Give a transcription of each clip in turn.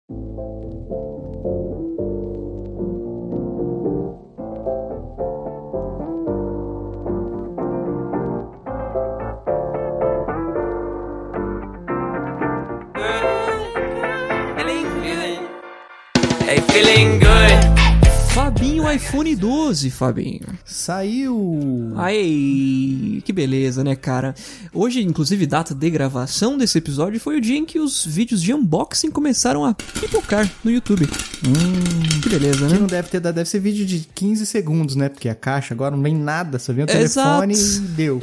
Feeling good. Fabinho, iPhone 12, Fabinho. Saiu! Aí, que beleza, né, cara? Hoje, inclusive, data de gravação desse episódio foi o dia em que os vídeos de unboxing começaram a pipocar no YouTube. Que beleza, né? Que não deve ser vídeo de 15 segundos, né? Porque a caixa agora não vem nada, só vem o telefone e deu.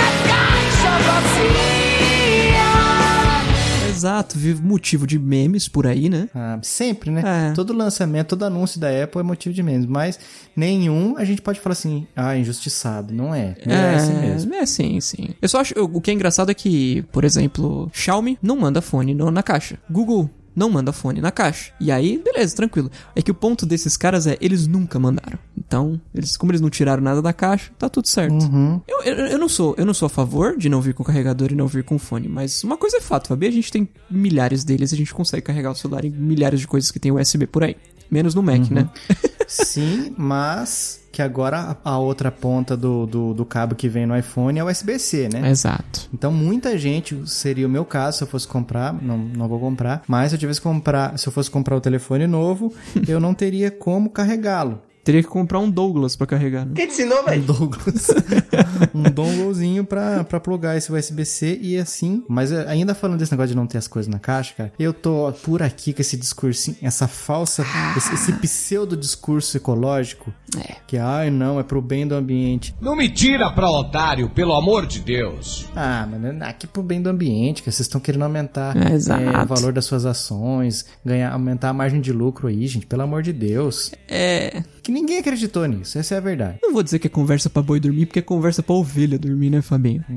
Exato, vive motivo de memes por aí, né? Ah, sempre, né? É. Todo lançamento, todo anúncio da Apple é motivo de memes, mas nenhum a gente pode falar assim, injustiçado. Não é. Merece mesmo. É, sim. Eu só acho, o que é engraçado é que, por exemplo, Xiaomi não manda fone na caixa. Google não manda fone na caixa. E aí, beleza, tranquilo. É que o ponto desses caras é, eles nunca mandaram. Então, como eles não tiraram nada da caixa, tá tudo certo. Uhum. Eu não sou a favor de não vir com carregador e não vir com fone, mas uma coisa é fato, Fabi, a gente tem milhares deles e a gente consegue carregar o celular em milhares de coisas que tem USB por aí. Menos no Mac, né? Sim, mas que agora a outra ponta do cabo que vem no iPhone é o USB-C, né? Exato. Então muita gente, seria o meu caso se eu fosse comprar, não vou comprar, mas se eu fosse comprar o telefone novo, eu não teria como carregá-lo. Teria que comprar um Douglas pra carregar, né? Quem te ensinou, velho? Um Douglas. Um donglezinho pra plugar esse USB-C e assim. Mas ainda falando desse negócio de não ter as coisas na caixa, cara, eu tô por aqui com esse discursinho, essa falsa, esse pseudo discurso ecológico. Que, não, é pro bem do ambiente. Não me tira pra otário, pelo amor de Deus. Mas aqui pro bem do ambiente, que vocês estão querendo aumentar o valor das suas ações, aumentar a margem de lucro aí, gente, pelo amor de Deus. Que ninguém acreditou nisso, essa é a verdade. Não vou dizer que é conversa pra boi dormir, porque é conversa pra ovelha dormir, né, Fabinho?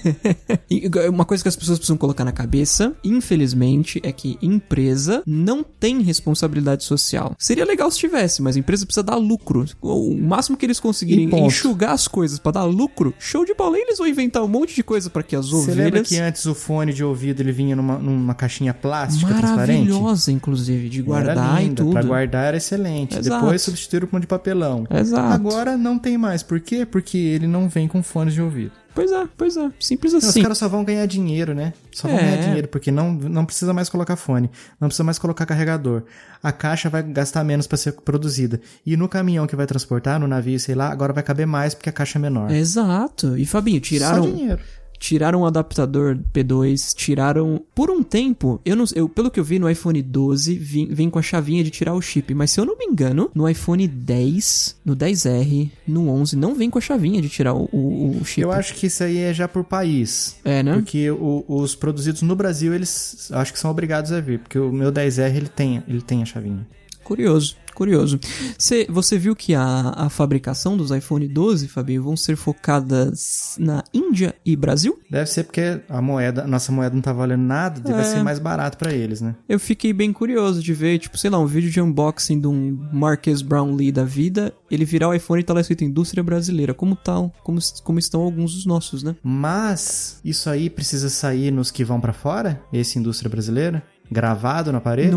E uma coisa que as pessoas precisam colocar na cabeça, infelizmente, é que empresa não tem responsabilidade social. Seria legal se tivesse, mas a empresa precisa dar lucro. O máximo que eles conseguirem enxugar as coisas pra dar lucro, show de bola. Eles vão inventar um monte de coisa pra que as ovelhas... Você lembra que antes o fone de ouvido ele vinha numa caixinha plástica transparente? Maravilhosa, inclusive, de guardar e tudo. Pra guardar era excelente. Exato. Depois substituíram por um de papelão. Exato. Agora não tem mais. Por quê? Porque ele não vem com fones de ouvido. Pois é. Simples assim. Os caras só vão ganhar dinheiro, né? Só vão ganhar dinheiro, porque não precisa mais colocar fone. Não precisa mais colocar carregador. A caixa vai gastar menos para ser produzida. E no caminhão que vai transportar, no navio, sei lá, agora vai caber mais porque a caixa é menor. Exato. E, Fabinho, tiraram... Só dinheiro. Tiraram o adaptador P2, tiraram... Por um tempo, pelo que eu vi no iPhone 12, vem com a chavinha de tirar o chip. Mas se eu não me engano, no iPhone 10, no 10R, no 11, não vem com a chavinha de tirar o chip. Eu acho que isso aí é já por país. É, né? Porque os produzidos no Brasil, eles acho que são obrigados a vir. Porque o meu 10R, ele tem a chavinha. Curioso. Você viu que a fabricação dos iPhone 12, Fabinho, vão ser focadas na Índia e Brasil? Deve ser porque a nossa moeda não tá valendo nada, deve ser mais barato pra eles, né? Eu fiquei bem curioso de ver, um vídeo de unboxing de um Marques Brownlee da vida, ele virar o iPhone e tá lá escrito indústria brasileira, como estão alguns dos nossos, né? Mas isso aí precisa sair nos que vão pra fora? Esse indústria brasileira? Gravado no aparelho?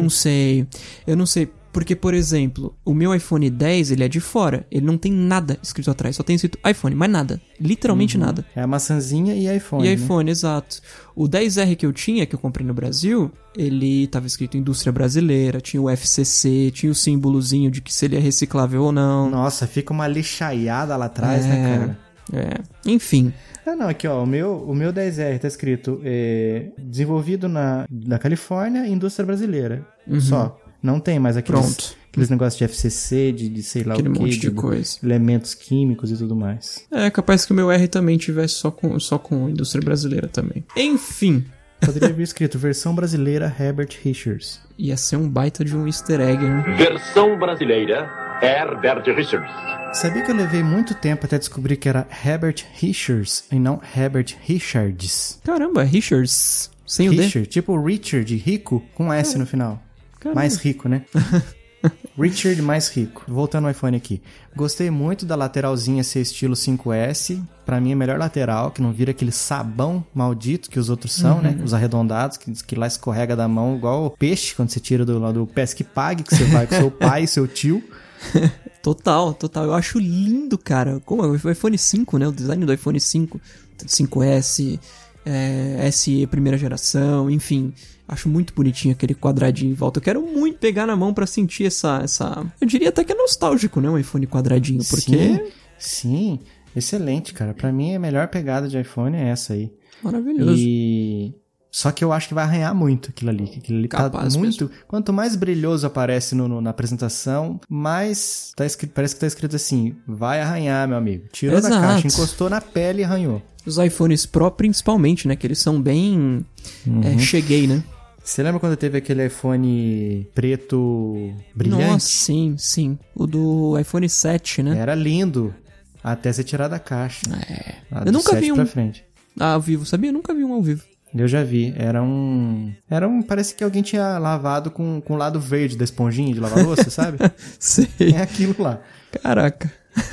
Eu não sei. Porque, por exemplo, o meu iPhone 10, ele é de fora. Ele não tem nada escrito atrás. Só tem escrito iPhone, mais nada. Literalmente nada. É a maçãzinha e iPhone, E iPhone, exato. O 10R que eu comprei no Brasil, ele tava escrito indústria brasileira, tinha o FCC, tinha o símbolozinho de que se ele é reciclável ou não. Nossa, fica uma lixaiada lá atrás, né, cara? Enfim. Aqui, ó, o meu 10R tá escrito desenvolvido na Califórnia, indústria brasileira. Só. Não tem mais aqueles negócios de FCC, de sei lá aquele o que. Monte de coisa. Elementos químicos e tudo mais. É capaz que o meu R também tivesse só com indústria brasileira também. Enfim. Poderia vir escrito versão brasileira Herbert Richards. Ia ser um baita de um easter egg, né? Versão brasileira Herbert Richards. Sabia que eu levei muito tempo até descobrir que era Herbert Richards e não Herbert Richards? Caramba, Richards. Sem Richard, o D? tipo Richard, rico, com S no final. Caramba. Mais rico, né? Richard mais rico. Voltando ao iPhone aqui. Gostei muito da lateralzinha ser estilo 5S. Pra mim é a melhor lateral, que não vira aquele sabão maldito que os outros são, né? Os arredondados, que lá escorrega da mão igual o peixe, quando você tira do Pesque Pague, que você vai com seu pai e seu tio. Total. Eu acho lindo, cara. Como o iPhone 5, né? O design do iPhone 5, 5S, SE primeira geração, enfim. Acho muito bonitinho aquele quadradinho em volta. Eu quero muito pegar na mão pra sentir essa... Eu diria até que é nostálgico, né? Um iPhone quadradinho, porque... Sim. Excelente, cara. Pra mim, a melhor pegada de iPhone é essa aí. Maravilhoso. Só que eu acho que vai arranhar muito aquilo ali. Aquilo ali Capaz tá muito... mesmo. Quanto mais brilhoso aparece na apresentação, mais parece que tá escrito assim, vai arranhar, meu amigo. Tirou Exato. da caixa, encostou na pele e arranhou. Os iPhones Pro, principalmente, né? Que eles são bem... cheguei, né? Você lembra quando teve aquele iPhone preto brilhante? Nossa, sim. O do iPhone 7, né? Era lindo. Até você tirar da caixa. Eu nunca vi um pra frente. ao vivo, sabia? Eu nunca vi um ao vivo. Eu já vi. Era um... Parece que alguém tinha lavado com o lado verde da esponjinha de lavar louça, sabe? Sei. É aquilo lá. Caraca.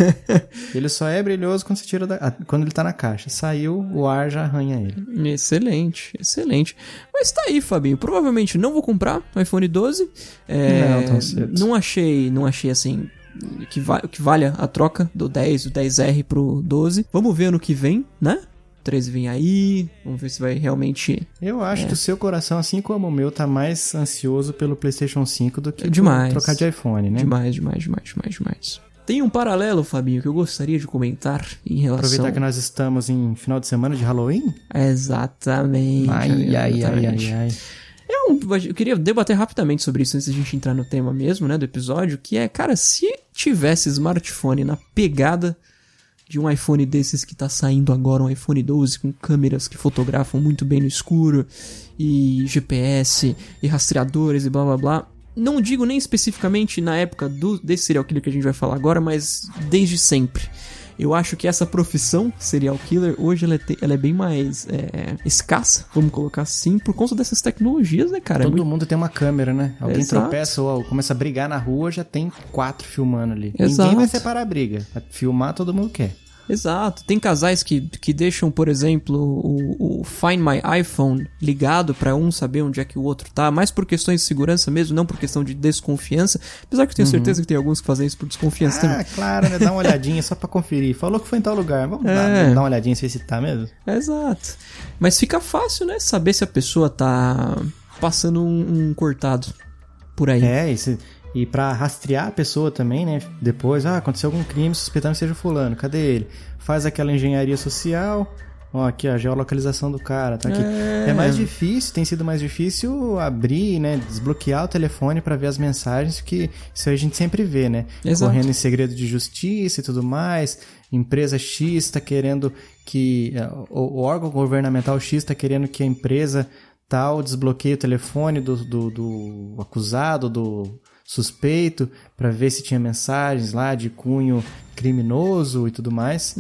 Ele só é brilhoso quando você tira quando ele tá na caixa. Saiu, o ar já arranha ele. Excelente. Mas tá aí, Fabinho. Provavelmente não vou comprar o iPhone 12. Não, tão cedo. Não achei assim... Que valha a troca do 10, do 10R pro 12. Vamos ver ano que vem, né? O 13 vem aí, vamos ver se vai realmente... Eu acho que o seu coração, assim como o meu, tá mais ansioso pelo PlayStation 5 do que demais. Trocar de iPhone, né? Demais. Tem um paralelo, Fabinho, que eu gostaria de comentar em relação... Aproveitar que nós estamos em final de semana de Halloween? Exatamente. Ai. Eu queria debater rapidamente sobre isso antes de a gente entrar no tema mesmo, né, do episódio, que é, cara, se tivesse smartphone na pegada de um iPhone desses que tá saindo agora, um iPhone 12 com câmeras que fotografam muito bem no escuro, e GPS, e rastreadores e blá blá blá, não digo nem especificamente na época desse serial killer que a gente vai falar agora, mas desde sempre. Eu acho que essa profissão, serial killer, hoje ela é bem mais escassa, vamos colocar assim, por conta dessas tecnologias, né, cara? Todo mundo tem uma câmera, né? Alguém Exato. tropeça ou começa a brigar na rua, já tem 4 filmando ali. Exato. Ninguém vai separar a briga. Filmar todo mundo quer. Exato. Tem casais que deixam, por exemplo, o Find My iPhone ligado pra um saber onde é que o outro tá, mais por questões de segurança mesmo, não por questão de desconfiança. Apesar que eu tenho certeza que tem alguns que fazem isso por desconfiança também. Claro, né? Dá uma olhadinha só pra conferir. Falou que foi em tal lugar. Vamos dar uma olhadinha se tá mesmo. Exato. Mas fica fácil, né? Saber se a pessoa tá passando um cortado por aí. E pra rastrear a pessoa também, né? Depois, aconteceu algum crime, suspeitando que seja fulano. Cadê ele? Faz aquela engenharia social. Ó, aqui, a geolocalização do cara, tá aqui. É mais difícil, tem sido mais difícil abrir, né? Desbloquear o telefone pra ver as mensagens, que isso aí a gente sempre vê, né? Exato. Correndo em segredo de justiça e tudo mais. Empresa X tá querendo que... O órgão governamental X tá querendo que a empresa tal desbloqueie o telefone do acusado, do suspeito, pra ver se tinha mensagens lá de cunho criminoso e tudo mais.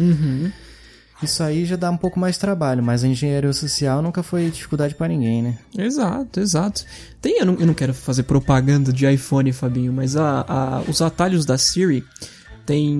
Isso aí já dá um pouco mais de trabalho, mas a engenharia social nunca foi dificuldade pra ninguém, né? Exato. Eu não quero fazer propaganda de iPhone, Fabinho, mas os atalhos da Siri tem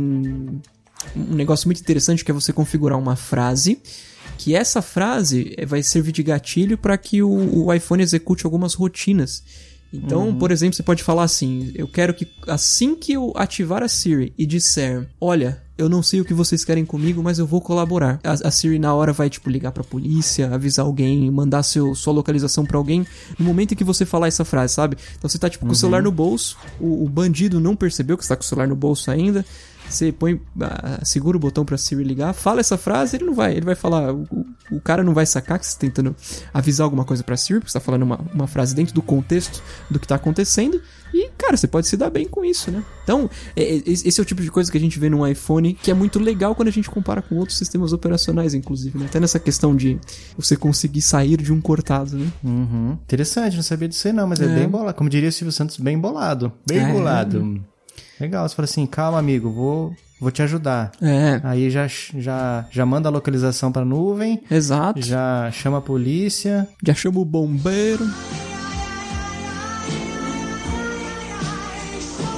um negócio muito interessante que é você configurar uma frase, que essa frase vai servir de gatilho para que o iPhone execute algumas rotinas. Então, por exemplo, você pode falar assim: eu quero que assim que eu ativar a Siri e disser, olha, eu não sei o que vocês querem comigo, mas eu vou colaborar. A Siri na hora vai, ligar pra polícia, avisar alguém, mandar sua localização pra alguém, no momento em que você falar essa frase, sabe? Então você tá, com o celular no bolso, o bandido não percebeu que você tá com o celular no bolso ainda, você segura o botão pra Siri ligar, fala essa frase, ele vai falar, o cara não vai sacar que você tá tentando avisar alguma coisa pra Siri, porque você tá falando uma frase dentro do contexto do que tá acontecendo, e, cara, você pode se dar bem com isso, né? Então, esse é o tipo de coisa que a gente vê num iPhone, que é muito legal quando a gente compara com outros sistemas operacionais, inclusive, né? Até nessa questão de você conseguir sair de um cortado, né? Interessante, não sabia disso aí não, mas é bem bolado. Como diria o Silvio Santos, bem bolado. Bem bolado. Legal, você fala assim, calma, amigo, vou te ajudar. Aí já manda a localização pra nuvem. Exato. Já chama a polícia. Já chama o bombeiro.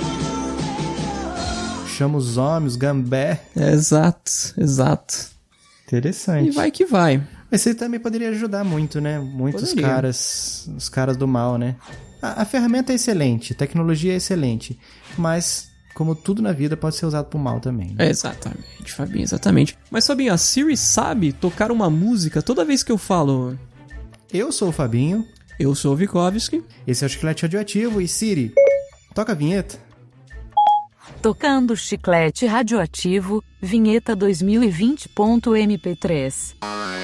chama os homens, os gambé. Exato. Interessante. E vai que vai. Mas isso também poderia ajudar muito, né? Muitos caras, os caras do mal, né? A ferramenta é excelente, a tecnologia é excelente, mas como tudo na vida pode ser usado pro mal também. Né? Exatamente, Fabinho, exatamente. Mas Fabinho, a Siri sabe tocar uma música toda vez que eu falo... Eu sou o Fabinho. Eu sou o Vikovski. Esse é o Chiclete Radioativo e Siri, toca a vinheta. Tocando Chiclete Radioativo, vinheta 2020.mp3.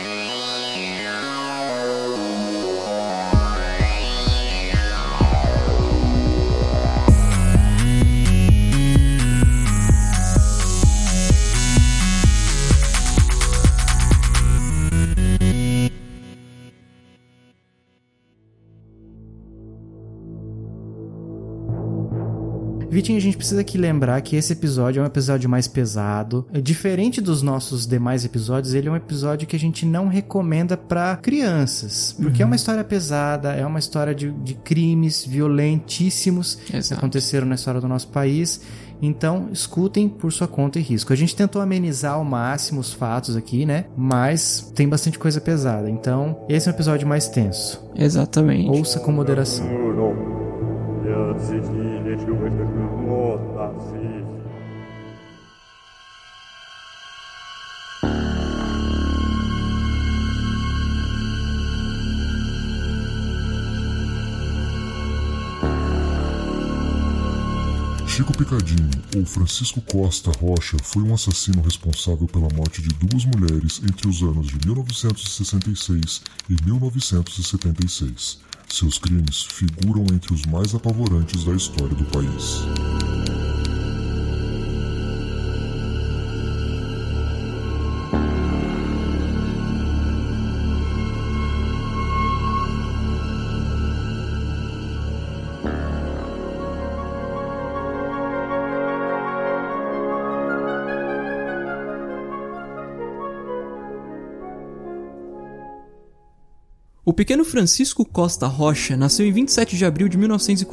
Vitinho, a gente precisa aqui lembrar que esse episódio é um episódio mais pesado. Diferente dos nossos demais episódios, ele é um episódio que a gente não recomenda pra crianças. Porque é uma história pesada, é uma história de crimes violentíssimos que aconteceram na história do nosso país. Então, escutem por sua conta e risco. A gente tentou amenizar ao máximo os fatos aqui, né? Mas tem bastante coisa pesada. Então, esse é um episódio mais tenso. Exatamente. Ouça com moderação. Chico Picadinho, ou Francisco Costa Rocha, foi um assassino responsável pela morte de 2 mulheres entre os anos de 1966 e 1976. Seus crimes figuram entre os mais apavorantes da história do país. O pequeno Francisco Costa Rocha nasceu em 27 de abril de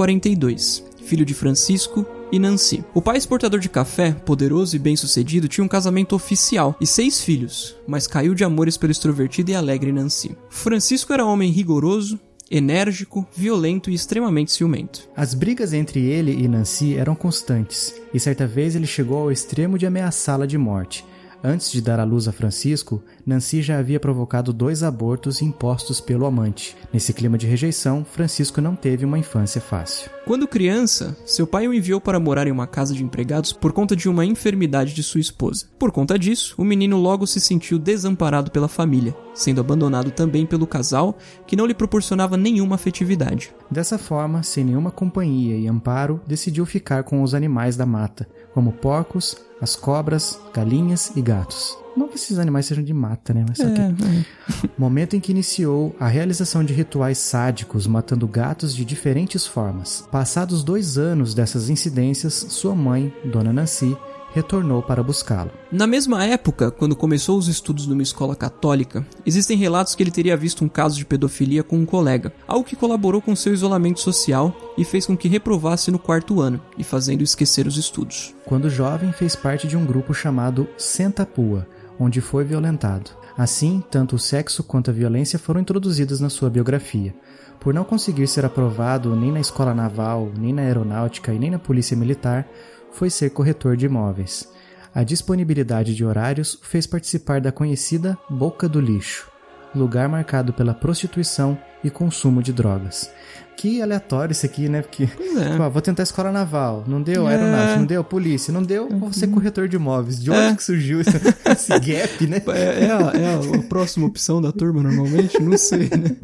1942, filho de Francisco e Nancy. O pai exportador de café, poderoso e bem-sucedido, tinha um casamento oficial e 6 filhos, mas caiu de amores pela extrovertida e alegre Nancy. Francisco era um homem rigoroso, enérgico, violento e extremamente ciumento. As brigas entre ele e Nancy eram constantes, e certa vez ele chegou ao extremo de ameaçá-la de morte. Antes de dar à luz a Francisco, Nancy já havia provocado 2 abortos impostos pelo amante. Nesse clima de rejeição, Francisco não teve uma infância fácil. Quando criança, seu pai o enviou para morar em uma casa de empregados por conta de uma enfermidade de sua esposa. Por conta disso, o menino logo se sentiu desamparado pela família, sendo abandonado também pelo casal, que não lhe proporcionava nenhuma afetividade. Dessa forma, sem nenhuma companhia e amparo, decidiu ficar com os animais da mata, como porcos, as cobras, galinhas e gatos. Não que esses animais sejam de mata, né? Mas Momento em que iniciou a realização de rituais sádicos, matando gatos de diferentes formas. Passados 2 anos dessas incidências, sua mãe, Dona Nancy, retornou para buscá-lo. Na mesma época, quando começou os estudos numa escola católica, existem relatos que ele teria visto um caso de pedofilia com um colega, algo que colaborou com seu isolamento social e fez com que reprovasse no 4º ano, e fazendo esquecer os estudos. Quando jovem, fez parte de um grupo chamado Sentapua, onde foi violentado. Assim, tanto o sexo quanto a violência foram introduzidas na sua biografia. Por não conseguir ser aprovado nem na escola naval, nem na aeronáutica e nem na polícia militar, foi ser corretor de imóveis. A disponibilidade de horários o fez participar da conhecida Boca do Lixo, lugar marcado pela prostituição e consumo de drogas. Que aleatório isso aqui, né? Porque, vou tentar a escola naval, não deu, aeronáutica, não deu, polícia, não deu, vou ser corretor de imóveis. De onde que surgiu esse gap, né? É a próxima opção da turma, normalmente? Não sei, né?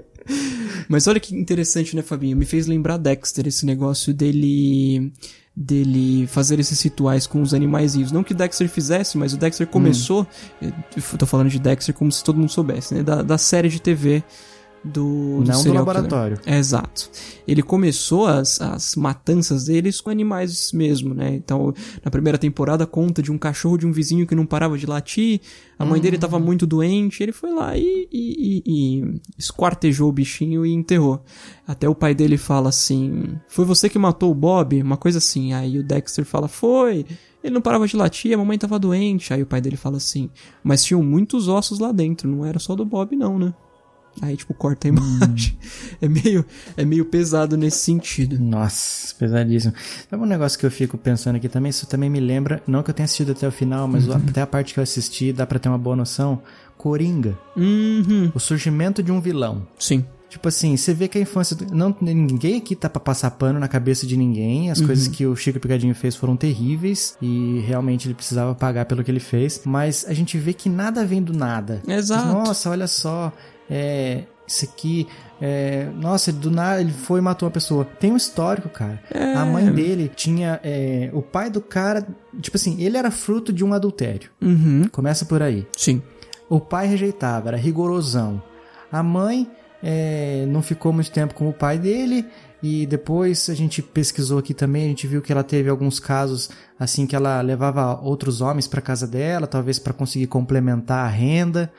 Mas olha que interessante, né, Fabinho? Me fez lembrar Dexter, esse negócio dele fazer esses rituais com os animaizinhos. Não que o Dexter fizesse, mas o Dexter começou... Eu tô falando de Dexter como se todo mundo soubesse, né? Da série de TV do Não do serial laboratório. killer. Exato. Ele começou as matanças deles com animais mesmo, né? Então, na primeira temporada, conta de um cachorro de um vizinho que não parava de latir, a mãe dele tava muito doente, ele foi lá e esquartejou o bichinho e enterrou. Até o pai dele fala assim, foi você que matou o Bob? Uma coisa assim. Aí o Dexter fala, foi... Ele não parava de latir, a mamãe tava doente. Aí o pai dele fala assim, mas tinham muitos ossos lá dentro, não era só do Bob não, né? Aí, tipo, corta a imagem. É meio pesado nesse sentido. Nossa, pesadíssimo. Sabe um negócio que eu fico pensando aqui também? Isso também me lembra, não que eu tenha assistido até o final, mas até a parte que eu assisti, dá pra ter uma boa noção. Coringa. O surgimento de um vilão. Sim. Tipo assim, você vê que a infância... ninguém aqui tá pra passar pano na cabeça de ninguém. As coisas que o Chico Picadinho fez foram terríveis. E realmente ele precisava pagar pelo que ele fez. Mas a gente vê que nada vem do nada. Exato. Nossa, olha só... isso aqui... nossa, do nada ele foi e matou uma pessoa. Tem um histórico, cara. A mãe dele tinha... o pai do cara... Tipo assim, ele era fruto de um adultério. Começa por aí. Sim. O pai rejeitava, era rigorosão. A mãe... não ficou muito tempo com o pai dele, e depois a gente pesquisou aqui também, a gente viu que ela teve alguns casos assim que ela levava outros homens para casa dela, talvez para conseguir complementar a renda.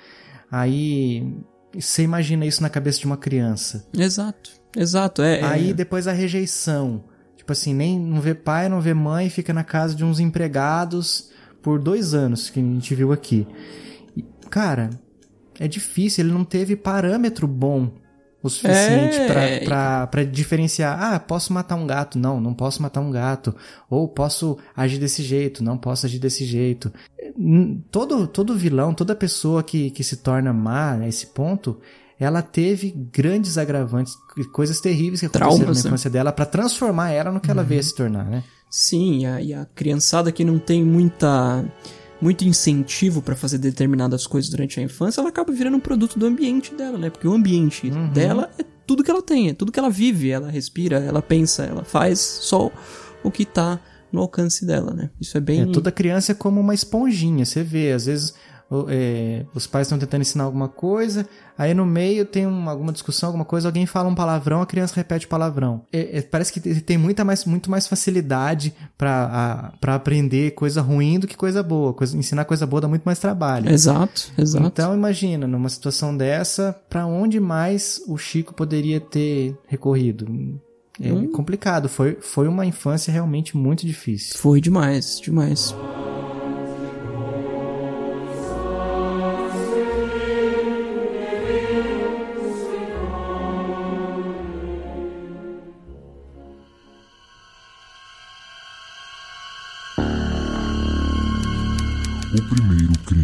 Aí você imagina isso na cabeça de uma criança. Exato. Aí depois a rejeição, tipo assim, nem não vê pai, não vê mãe, fica na casa de uns empregados por 2 anos, que a gente viu aqui. E, cara, é difícil, ele não teve parâmetro bom o suficiente pra diferenciar. Posso matar um gato? Não posso matar um gato. Ou posso agir desse jeito? Não posso agir desse jeito. Todo vilão, toda pessoa que se torna má nesse ponto, ela teve grandes agravantes, coisas terríveis que aconteceram na infância dela pra transformar ela no que ela veio a se tornar, né? Sim, e a criançada que não tem muito incentivo pra fazer determinadas coisas durante a infância, ela acaba virando um produto do ambiente dela, né? Porque o ambiente dela é tudo que ela tem, é tudo que ela vive, ela respira, ela pensa, ela faz só o que tá no alcance dela, né? Isso é bem... toda criança é como uma esponjinha, você vê, às vezes... os pais estão tentando ensinar alguma coisa, aí no meio tem alguma discussão, alguma coisa, alguém fala um palavrão, a criança repete o palavrão. Parece que tem muito mais facilidade pra aprender coisa ruim do que coisa boa. Ensinar coisa boa dá muito mais trabalho. Exato. Então imagina, numa situação dessa, pra onde mais o Chico poderia ter recorrido? É complicado, foi uma infância realmente muito difícil. Foi demais. O primeiro crime.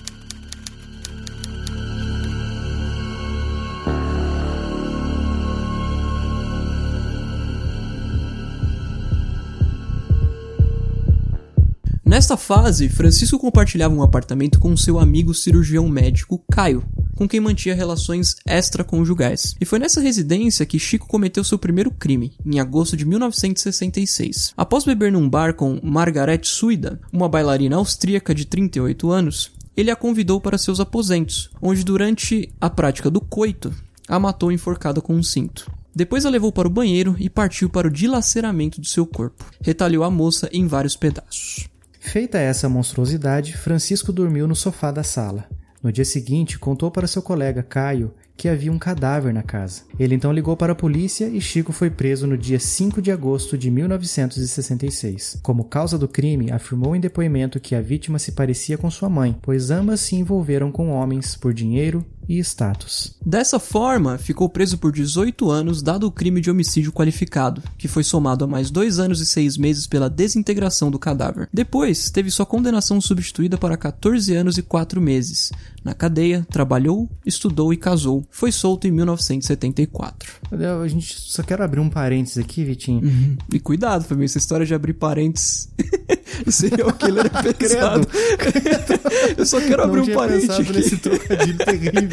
Nesta fase, Francisco compartilhava um apartamento com seu amigo cirurgião médico Caio, com quem mantinha relações extraconjugais. E foi nessa residência que Chico cometeu seu primeiro crime, em agosto de 1966. Após beber num bar com Margaret Suida, uma bailarina austríaca de 38 anos, ele a convidou para seus aposentos, onde durante a prática do coito, a matou enforcada com um cinto. Depois a levou para o banheiro e partiu para o dilaceramento do seu corpo. Retalhou a moça em vários pedaços. Feita essa monstruosidade, Francisco dormiu no sofá da sala. No dia seguinte, contou para seu colega Caio que havia um cadáver na casa. Ele então ligou para a polícia e Chico foi preso no dia 5 de agosto de 1966. Como causa do crime, afirmou em depoimento que a vítima se parecia com sua mãe, pois ambas se envolveram com homens por dinheiro e status. Dessa forma, ficou preso por 18 anos dado o crime de homicídio qualificado, que foi somado a mais 2 anos e 6 meses pela desintegração do cadáver. Depois, teve sua condenação substituída para 14 anos e 4 meses. Na cadeia, trabalhou, estudou e casou. Foi solto em 1974. A gente só quero abrir um parênteses aqui, Vitinho. E cuidado, família, essa história de abrir parênteses... Serial killer é pesado. Eu só quero abrir um parênteses. Não tinha pensado nesse trocadilho terrível.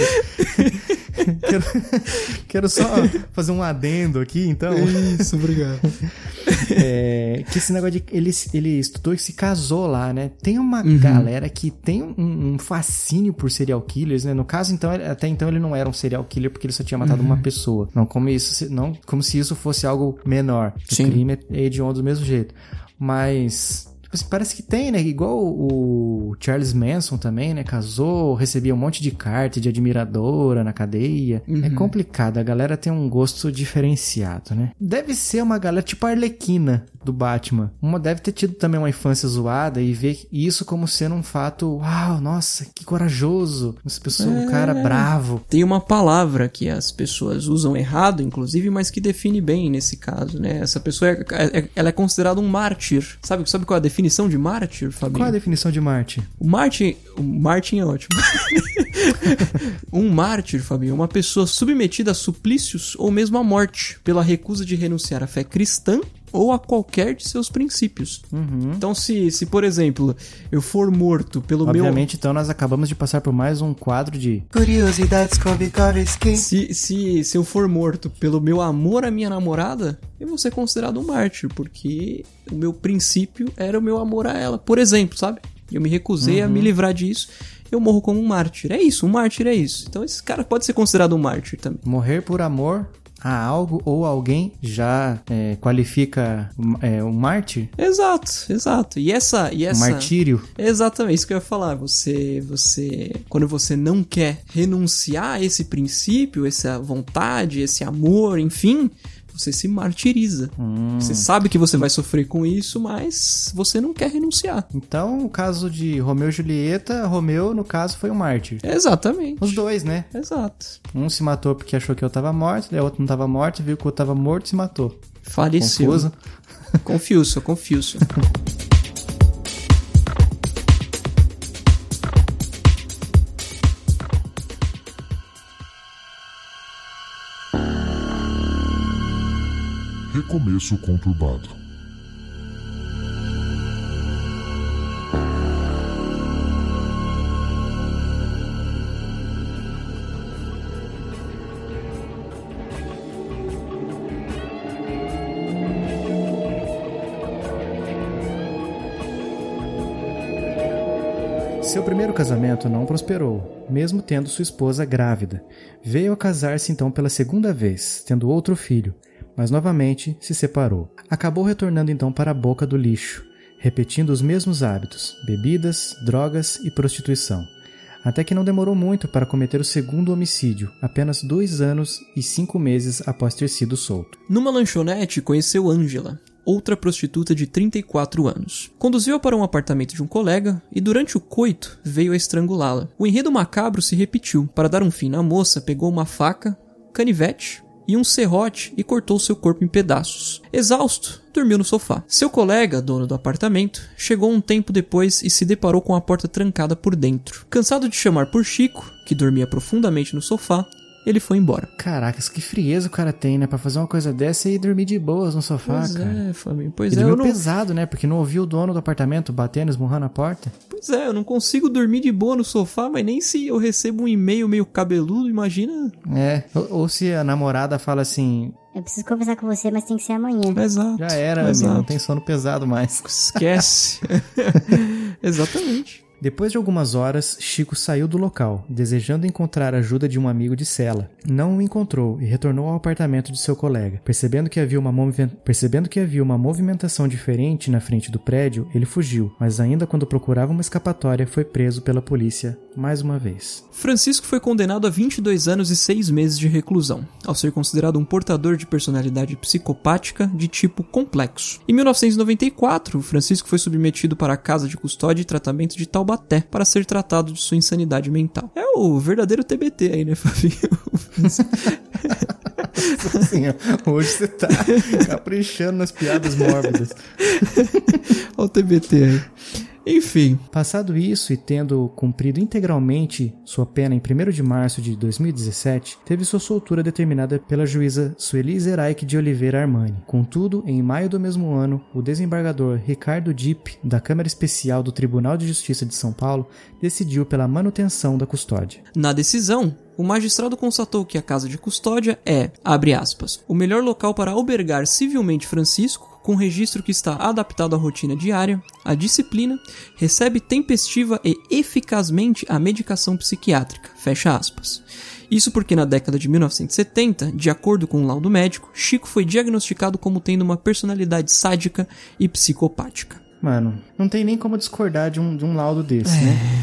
quero só fazer um adendo aqui, então. Isso, obrigado. Que esse negócio de... Ele estudou e se casou lá, né? Tem uma galera que tem um fascínio por serial killers, né? No caso, então, até então ele não era um serial killer porque ele só tinha matado uma pessoa. Não como se isso fosse algo menor. Sim. O crime é hediondo do mesmo jeito. Mas... parece que tem, né? Igual o Charles Manson também, né? Casou, recebia um monte de carta de admiradora na cadeia. É complicado, a galera tem um gosto diferenciado, né? Deve ser uma galera tipo a Arlequina do Batman. Uma deve ter tido também uma infância zoada e ver isso como sendo um fato, uau, nossa, que corajoso. Essa pessoa, um cara bravo. Tem uma palavra que as pessoas usam errado, inclusive, mas que define bem nesse caso, né? Essa pessoa, ela é considerada um mártir. Sabe qual é a definição de mártir, Fabinho? Qual é a definição de mártir? O Martin é ótimo. Um mártir, Fabinho, é uma pessoa submetida a suplícios ou mesmo à morte pela recusa de renunciar à fé cristã ou a qualquer de seus princípios. Então, se por exemplo, eu for morto pelo Obviamente, então, nós acabamos de passar por mais um quadro de Curiosidades Kovikovski. Se eu for morto pelo meu amor à minha namorada, eu vou ser considerado um mártir, porque o meu princípio era o meu amor a ela. Por exemplo, sabe? Eu me recusei a me livrar disso. Eu morro como um mártir. É isso, um mártir é isso. Então, esse cara pode ser considerado um mártir também. Morrer por amor a algo ou alguém já qualifica um mártir? Exato. E essa... Um martírio? Exatamente, isso que eu ia falar. Quando você não quer renunciar a esse princípio, essa vontade, esse amor, enfim... Você se martiriza. Você sabe que você vai sofrer com isso, mas você não quer renunciar. Então, o caso de Romeu e Julieta, Romeu, no caso, foi um mártir. Exatamente. Os dois, né? Exato. Um se matou porque achou que eu tava morto, o outro não tava morto, viu que eu tava morto e se matou. Faleceu. Confuso? Confuso. Recomeço conturbado. Seu primeiro casamento não prosperou, mesmo tendo sua esposa grávida. Veio a casar-se então pela segunda vez, tendo outro filho, mas novamente se separou. Acabou retornando então para a boca do lixo, repetindo os mesmos hábitos, bebidas, drogas e prostituição. Até que não demorou muito para cometer o segundo homicídio, apenas 2 anos e 5 meses após ter sido solto. Numa lanchonete, conheceu Angela, outra prostituta de 34 anos. Conduziu-a para um apartamento de um colega e durante o coito veio a estrangulá-la. O enredo macabro se repetiu. Para dar um fim na moça, pegou uma faca, canivete e um serrote e cortou seu corpo em pedaços. Exausto, dormiu no sofá. Seu colega, dono do apartamento, chegou um tempo depois e se deparou com a porta trancada por dentro. Cansado de chamar por Chico, que dormia profundamente no sofá, ele foi embora. Caracas, que frieza o cara tem, né? Pra fazer uma coisa dessa e dormir de boas no sofá, pois cara. É, Fabinho. Pois ele é, dormiu pesado, né? Porque não ouviu o dono do apartamento batendo, esmurrando a porta. Pois é, eu não consigo dormir de boa no sofá, mas nem se eu recebo um e-mail meio cabeludo, imagina... Ou se a namorada fala assim... Eu preciso conversar com você, mas tem que ser amanhã. Exato. Já era, amigo, não tem sono pesado mais. Esquece. Exatamente. Depois de algumas horas, Chico saiu do local, desejando encontrar a ajuda de um amigo de cela. Não o encontrou e retornou ao apartamento de seu colega. Percebendo que havia uma movimentação diferente na frente do prédio, ele fugiu, mas ainda quando procurava uma escapatória, foi preso pela polícia mais uma vez. Francisco foi condenado a 22 anos e 6 meses de reclusão, ao ser considerado um portador de personalidade psicopática de tipo complexo. Em 1994, Francisco foi submetido para a casa de custódia e tratamento de Taubaté para ser tratado de sua insanidade mental. É o verdadeiro TBT aí, né, Fabinho? Assim, hoje você tá caprichando nas piadas mórbidas. Olha o TBT aí. Enfim. Passado isso e tendo cumprido integralmente sua pena em 1º de março de 2017, teve sua soltura determinada pela juíza Sueli Zeraich de Oliveira Armani. Contudo, em maio do mesmo ano, o desembargador Ricardo Dipp, da Câmara Especial do Tribunal de Justiça de São Paulo, decidiu pela manutenção da custódia. Na decisão, o magistrado constatou que a casa de custódia é, abre aspas, o melhor local para albergar civilmente Francisco, com registro que está adaptado à rotina diária, à disciplina, recebe tempestiva e eficazmente a medicação psiquiátrica. Fecha aspas. Isso porque na década de 1970, de acordo com um laudo médico, Chico foi diagnosticado como tendo uma personalidade sádica e psicopática. Mano, não tem nem como discordar de um laudo desse, né?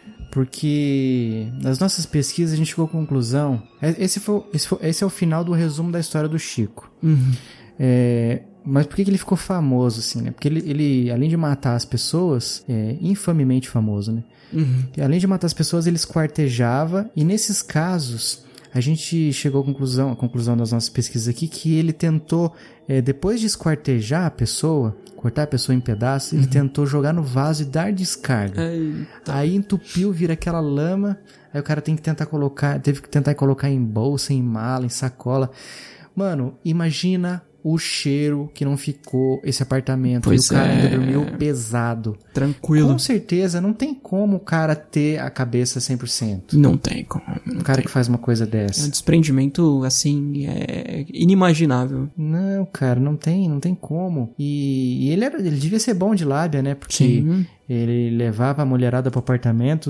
Porque nas nossas pesquisas a gente chegou à conclusão... Esse é o final do resumo da história do Chico. Uhum. Mas por que ele ficou famoso, assim, né? Porque ele além de matar as pessoas, infamemente famoso, né? Uhum. Além de matar as pessoas, ele esquartejava, e nesses casos a gente chegou à conclusão das nossas pesquisas aqui, que ele tentou, depois de esquartejar a pessoa, cortar a pessoa em pedaços, ele tentou jogar no vaso e dar descarga. Eita. Aí entupiu, vira aquela lama, aí o cara teve que tentar colocar em bolsa, em mala, em sacola. Mano, imagina o cheiro que não ficou esse apartamento. Pois e o cara ainda dormiu pesado. Tranquilo. Com certeza, não tem como o cara ter a cabeça 100%. Não tem como. Um cara que faz uma coisa dessa. É um desprendimento, assim, inimaginável. Não, cara, não tem como. E ele devia ser bom de lábia, né? Porque sim. Ele levava a mulherada pro apartamento,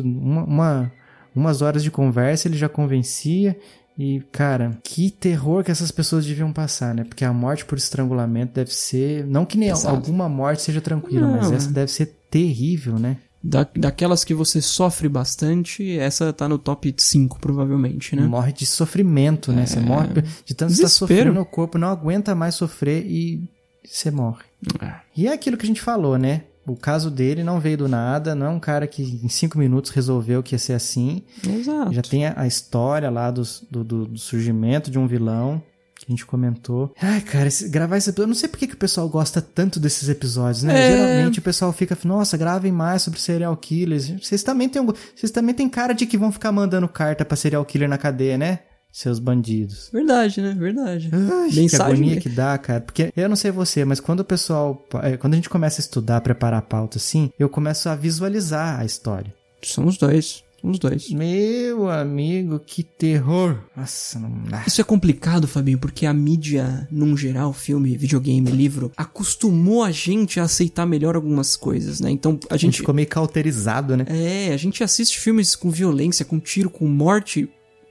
umas horas de conversa, ele já convencia. E, cara, que terror que essas pessoas deviam passar, né? Porque a morte por estrangulamento deve ser... Não que nem alguma morte seja tranquila, mas essa deve ser terrível, né? Daquelas que você sofre bastante, essa tá no top 5, provavelmente, né? Morre de sofrimento, né? Você morre de tanto estar sofrendo, o corpo não aguenta mais sofrer e você morre. E é aquilo que a gente falou, né? O caso dele não veio do nada, não é um cara que em 5 minutos resolveu que ia ser assim. Exato. Já tem a história lá do surgimento de um vilão, que a gente comentou. Ai, cara, gravar esse episódio... Eu não sei por que o pessoal gosta tanto desses episódios, né? Geralmente o pessoal fica... Nossa, gravem mais sobre serial killers. Vocês também têm cara de que vão ficar mandando carta pra serial killer na cadeia, né? Seus bandidos. Verdade, né? Verdade. Ai, que agonia que dá, cara. Porque eu não sei você, mas quando a gente começa a estudar, preparar a pauta assim, eu começo a visualizar a história. Somos dois. Meu amigo, que terror. Nossa, não dá. Isso é complicado, Fabinho, porque a mídia, num geral, filme, videogame, livro, acostumou a gente a aceitar melhor algumas coisas, né? Então a gente ficou meio cauterizado, né? A gente assiste filmes com violência, com tiro, com morte...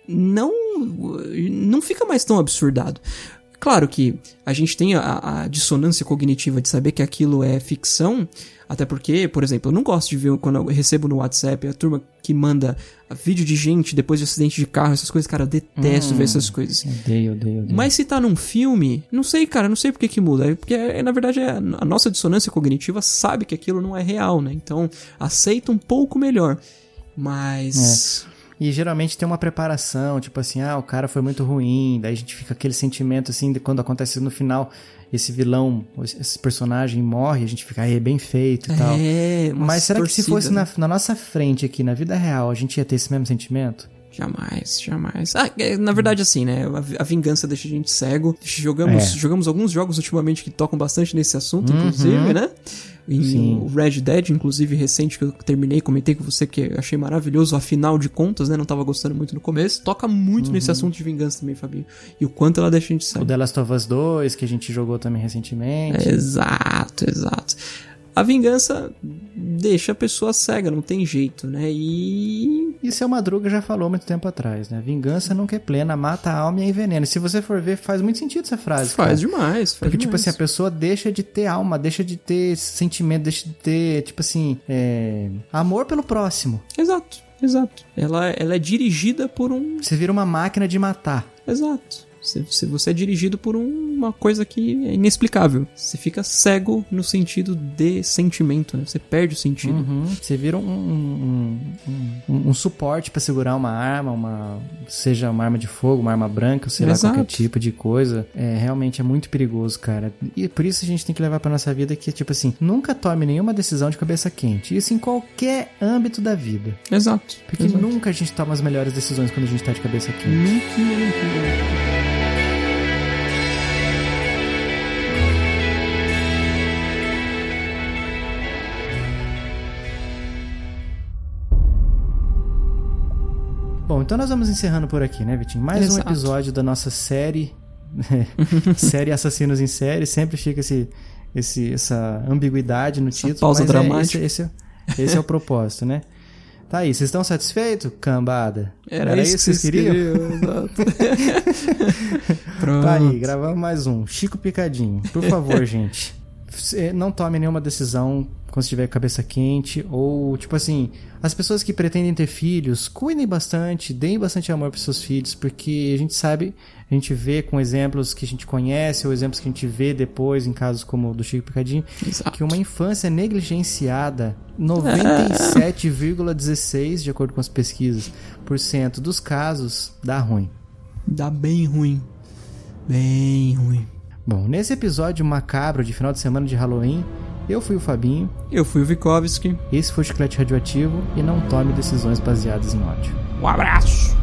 Não fica mais tão absurdado. Claro que a gente tem a dissonância cognitiva de saber que aquilo é ficção, até porque, por exemplo, eu não gosto de ver quando eu recebo no WhatsApp a turma que manda vídeo de gente depois de acidente de carro, essas coisas, cara, eu detesto ver essas coisas. Odeio. Mas se tá num filme, não sei, cara, não sei por que muda, porque na verdade a nossa dissonância cognitiva sabe que aquilo não é real, né? Então aceita um pouco melhor, mas... E geralmente tem uma preparação, tipo assim, o cara foi muito ruim, daí a gente fica aquele sentimento assim, de quando acontece no final, esse vilão, esse personagem morre, a gente fica, bem feito e tal. Mas será que se fosse na nossa frente aqui, na vida real, a gente ia ter esse mesmo sentimento? Jamais. Na verdade, assim, né? A vingança deixa a gente cego. Jogamos alguns jogos ultimamente que tocam bastante nesse assunto, inclusive, né? O Red Dead, inclusive, recente, que eu terminei, comentei com você que achei maravilhoso, afinal de contas, né? Não tava gostando muito no começo. Toca muito nesse assunto de vingança também, Fabinho. E o quanto ela deixa a gente cego. O The Last of Us 2, que a gente jogou também recentemente. Exato. A vingança deixa a pessoa cega, não tem jeito, né? E isso é o Madruga já falou muito tempo atrás, né? Vingança nunca é plena, mata a alma e envenena. E se você for ver, faz muito sentido essa frase. Faz demais. Porque, tipo assim, a pessoa deixa de ter alma, deixa de ter sentimento, deixa de ter, tipo assim, amor pelo próximo. Exato. Ela é dirigida por um... Você vira uma máquina de matar. Exato. Se você é dirigido por uma coisa que é inexplicável. Você fica cego no sentido de sentimento, né? Você perde o sentido. Você vira um suporte pra segurar uma arma, seja uma arma de fogo, uma arma branca, sei lá, qualquer tipo de coisa. Realmente é muito perigoso, cara. E por isso a gente tem que levar pra nossa vida que, tipo assim, nunca tome nenhuma decisão de cabeça quente. Isso em qualquer âmbito da vida. Exato. Porque nunca a gente toma as melhores decisões quando a gente tá de cabeça quente. Nunca. Bom, então nós vamos encerrando por aqui, né, Vitinho? Mais um episódio da nossa série Assassinos em Série. Sempre fica essa ambiguidade no título. Pausa mas dramática. Esse é o propósito, né? Tá aí, vocês estão satisfeitos, cambada? Era isso que vocês queriam? Exato. Pronto. Tá aí, gravamos mais um. Chico Picadinho. Por favor, gente, não tome nenhuma decisão quando estiver com a cabeça quente, ou, tipo assim, as pessoas que pretendem ter filhos, cuidem bastante, deem bastante amor para seus filhos, porque a gente sabe, a gente vê com exemplos que a gente conhece, ou exemplos que a gente vê depois, em casos como o do Chico Picadinho, Exato. que uma infância negligenciada, 97,16%, de acordo com as pesquisas, % dos casos, dá ruim. Dá bem ruim. Bem ruim. Bom, nesse episódio macabro de final de semana de Halloween, eu fui o Fabinho. Eu fui o Vikovski. Esse foi o Chiclete Radioativo e não tome decisões baseadas em ódio. Um abraço!